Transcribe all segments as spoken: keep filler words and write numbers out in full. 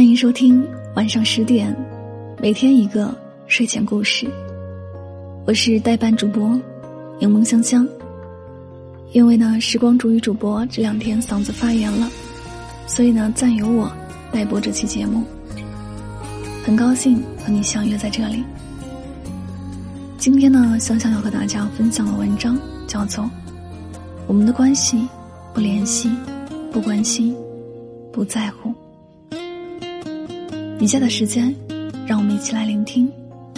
欢迎收听晚上十点，每天一个睡前故事。我是代班主播柠檬香香。因为呢，时光煮雨主播这两天嗓子发炎了，所以呢，暂由我代播这期节目。很高兴和你相约在这里。今天呢，香香要和大家分享的文章叫做《我们的关系不联系，不关心，不在乎》。以下的时间，让我们一起来聆听。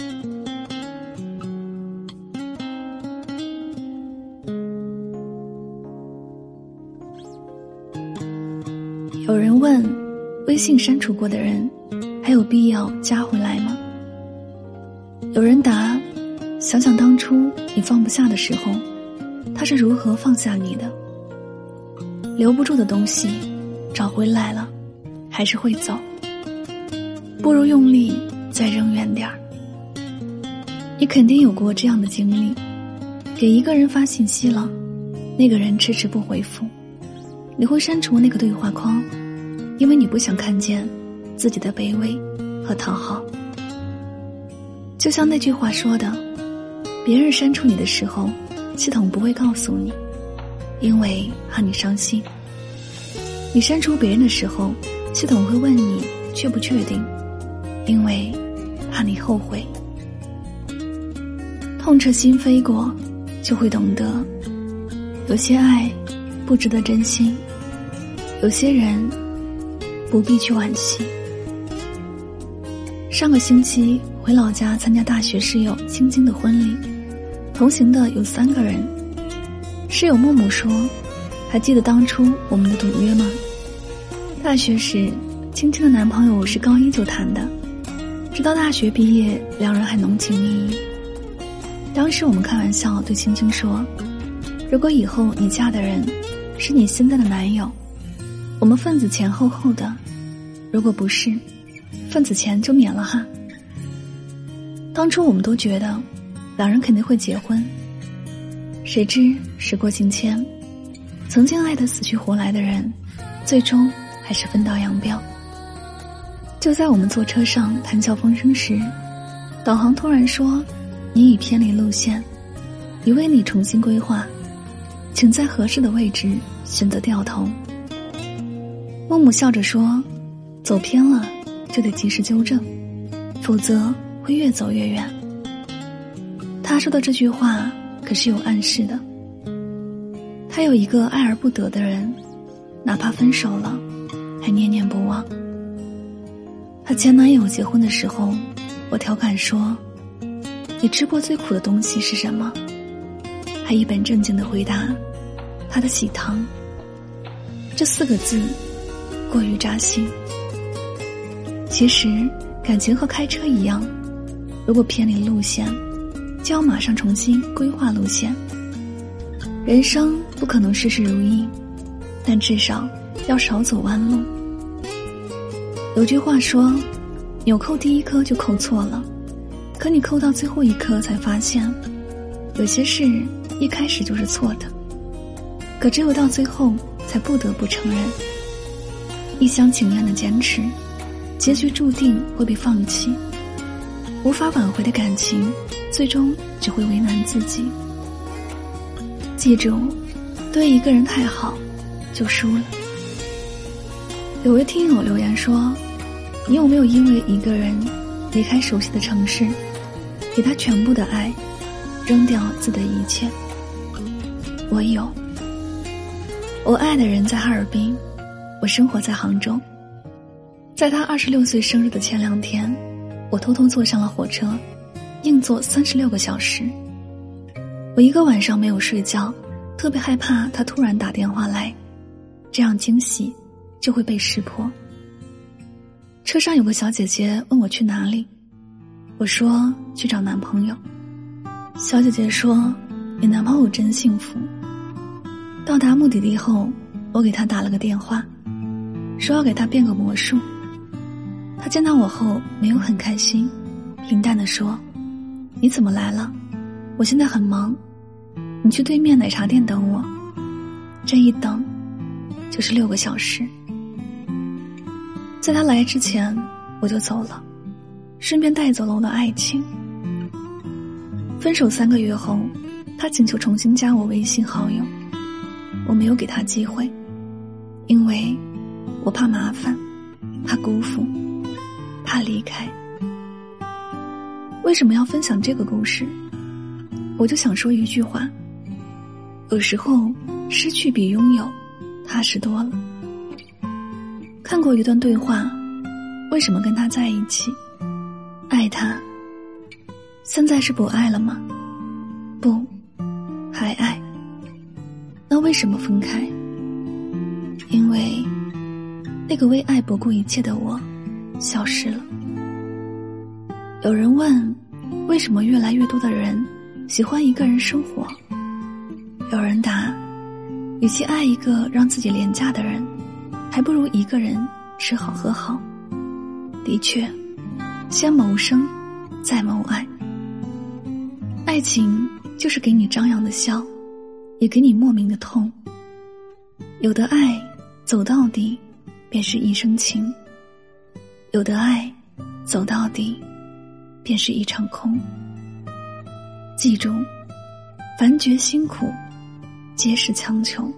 有人问，微信删除过的人还有必要加回来吗？有人答，想想当初你放不下的时候，他是如何放下你的。留不住的东西找回来了还是会走，不如用力再扔远点儿。你肯定有过这样的经历，给一个人发信息了，那个人迟迟不回复，你会删除那个对话框，因为你不想看见自己的卑微和讨好。就像那句话说的，别人删除你的时候，系统不会告诉你，因为怕你伤心。你删除别人的时候，系统会问你确不确定，因为怕你后悔。痛彻心扉过，就会懂得，有些爱不值得真心，有些人不必去惋惜。上个星期回老家参加大学室友青青的婚礼，同行的有三个人。室友木木说，还记得当初我们的赌约吗？大学时青青的男朋友是高一就谈的，直到大学毕业两人还浓情蜜意。当时我们开玩笑对青青说，如果以后你嫁的人是你现在的男友，我们份子钱厚厚的，如果不是，份子钱就免了哈。当初我们都觉得两人肯定会结婚，谁知时过境迁，曾经爱得死去活来的人，最终还是分道扬镳。就在我们坐车上谈笑风生时，导航突然说，你已偏离路线，已为你重新规划，请在合适的位置选择掉头。木木笑着说，走偏了就得及时纠正，否则会越走越远。他说的这句话可是有暗示的，他有一个爱而不得的人，哪怕分手了还念念不忘。他前男友结婚的时候，我调侃说，你吃过最苦的东西是什么？还一本正经地回答，他的喜糖。这四个字过于扎心。其实感情和开车一样，如果偏离路线，就要马上重新规划路线。人生不可能事事如意，但至少要少走弯路。有句话说，纽扣第一颗就扣错了，可你扣到最后一颗才发现，有些事一开始就是错的，可只有到最后才不得不承认。一厢情愿的坚持，结局注定会被放弃。无法挽回的感情，最终只会为难自己。记住，对一个人太好就输了。有位听友留言说，你有没有因为一个人离开熟悉的城市，给他全部的爱，扔掉自己的一切？我有。我爱的人在哈尔滨，我生活在杭州。在他二十六岁生日的前两天，我偷偷坐上了火车，硬坐三十六个小时。我一个晚上没有睡觉，特别害怕他突然打电话来，这样惊喜就会被识破。车上有个小姐姐问我去哪里，我说去找男朋友。小姐姐说，你男朋友真幸福。到达目的地后，我给他打了个电话，说要给他变个魔术。他见到我后没有很开心，平淡地说，你怎么来了？我现在很忙，你去对面奶茶店等我。这一等就是六个小时。 在他来之前我就走了，顺便带走了我的爱情。分手三个月后，他请求重新加我微信好友，我没有给他机会，因为我怕麻烦，怕辜负，怕离开。为什么要分享这个故事？我就想说一句话，有时候失去比拥有踏实多了。看过一段对话，为什么跟他在一起？爱他，现在是不爱了吗？不，还爱。那为什么分开？因为那个为爱不顾一切的我消失了。有人问，为什么越来越多的人喜欢一个人生活？有人答，与其爱一个让自己廉价的人，还不如一个人吃好喝好。的确，先谋生，再谋爱。爱情就是给你张扬的笑，也给你莫名的痛。有的爱走到底便是一生情，有的爱走到底便是一场空。记住，凡觉辛苦皆是强求。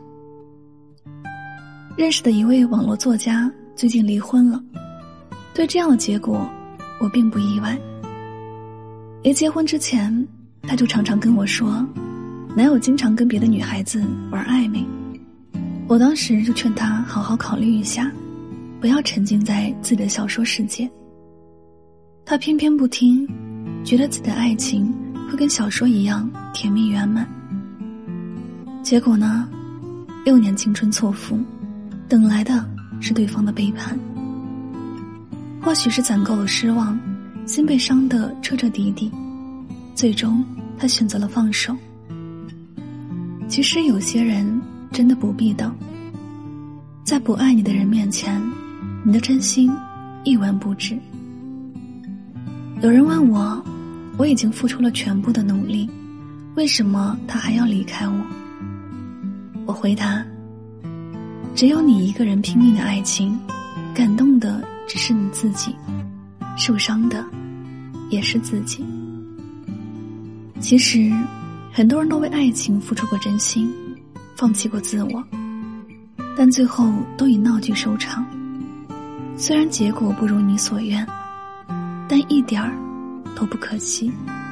认识的一位网络作家最近离婚了，对这样的结果我并不意外。离结婚之前，他就常常跟我说，男友经常跟别的女孩子玩暧昧。我当时就劝他好好考虑一下，不要沉浸在自己的小说世界。他偏偏不听，觉得自己的爱情会跟小说一样甜蜜圆满。结果呢，六年青春错付，等来的是对方的背叛。或许是攒够了失望，心被伤得彻彻底底，最终他选择了放手。其实有些人真的不必等，在不爱你的人面前，你的真心一文不值。有人问我，我已经付出了全部的努力，为什么他还要离开我？我回答，只有你一个人拼命的爱情，感动的只是你自己，受伤的也是自己。其实很多人都为爱情付出过真心，放弃过自我，但最后都以闹剧收场。虽然结果不如你所愿，但一点儿都不可惜。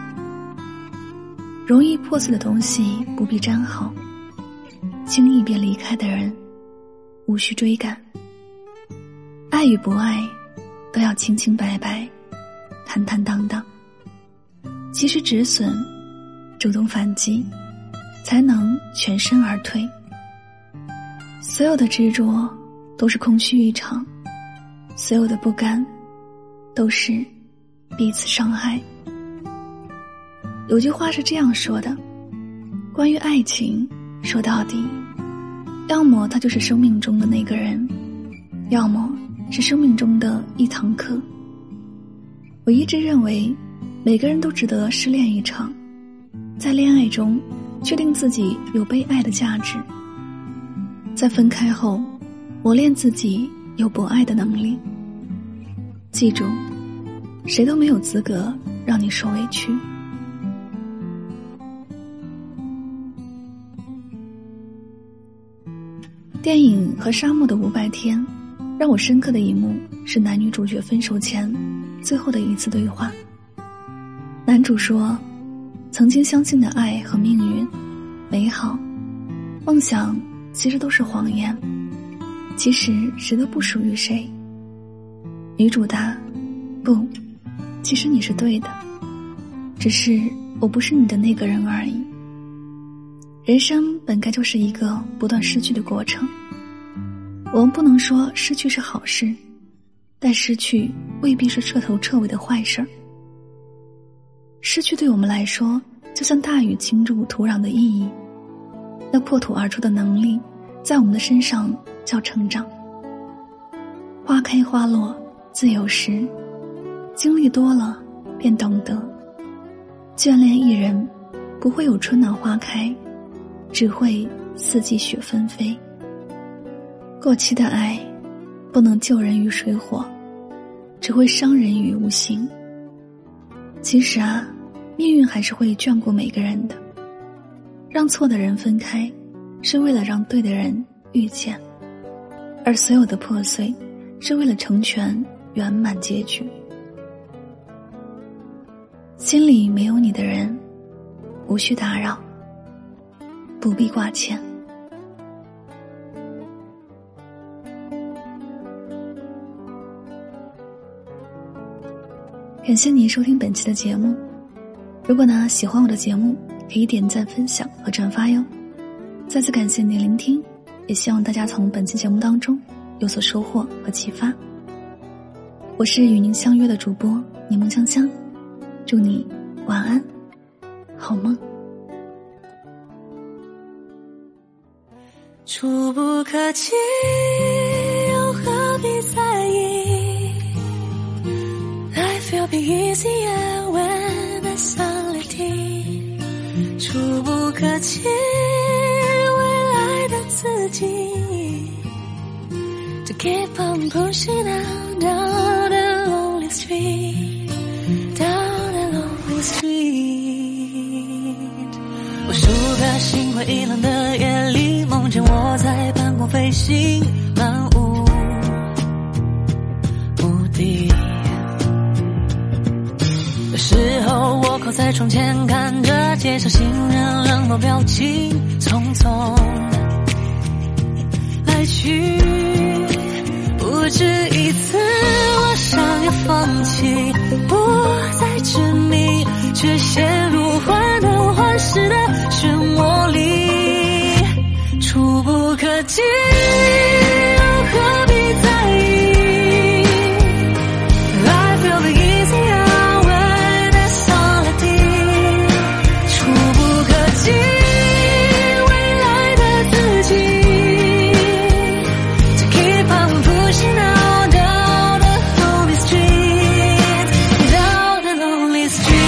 容易破碎的东西不必粘好，轻易便离开的人无需追赶。爱与不爱都要清清白白，坦坦荡荡。及时止损，主动反击，才能全身而退。所有的执着都是空虚一场，所有的不甘都是彼此伤害。有句话是这样说的，关于爱情，说到底，要么他就是生命中的那个人，要么是生命中的一堂课。我一直认为，每个人都值得失恋一场，在恋爱中确定自己有被爱的价值，在分开后磨练自己有博爱的能力。记住，谁都没有资格让你受委屈。电影《和沙漠的五百天》让我深刻的一幕是男女主角分手前最后的一次对话。男主说，曾经相信的爱和命运、美好、梦想其实都是谎言，其实谁都不属于谁。女主答，不，其实你是对的，只是我不是你的那个人而已。人生本该就是一个不断失去的过程，我们不能说失去是好事，但失去未必是彻头彻尾的坏事儿。失去对我们来说就像大雨倾注土壤的意义，那破土而出的能力在我们的身上叫成长。花开花落自有时，经历多了便懂得，眷恋一人不会有春暖花开，只会四季雪纷飞。过期的爱不能救人于水火，只会伤人于无形。其实啊，命运还是会眷顾每个人的，让错的人分开，是为了让对的人遇见，而所有的破碎，是为了成全圆满结局。心里没有你的人，无需打扰，不必挂牵。感谢你收听本期的节目，如果呢喜欢我的节目，可以点赞分享和转发哟。再次感谢你的聆听，也希望大家从本期节目当中有所收获和启发。我是与您相约的主播柠檬香香，祝你晚安好梦。 触不可及，又何必在意， Life will be easier when there's solidity。 触不可及未来的自己， To keep on pushing down down the lonely street, down the lonely street。 无数个心灰意冷的夜里，梦见我在半空飞行，漫无目的。有时候我靠在窗前，看着街上行人冷漠表情，匆匆来去。不止一次我想要放弃，不再执迷，却陷入患得患失的漩涡里。触不可及，又何必在意， Life will be easier when there's solidity。 触不可及未来的自己， To keep on pushing down down the lonely street, down the lonely street。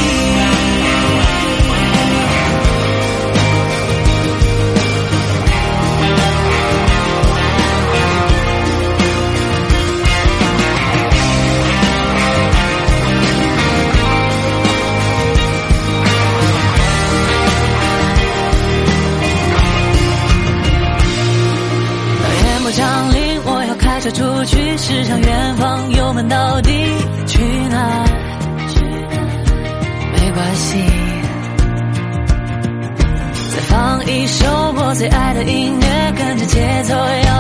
降临，我要开车出去，驶向远方，油门到底，去哪没关系。再放一首我最爱的音乐，跟着节奏摇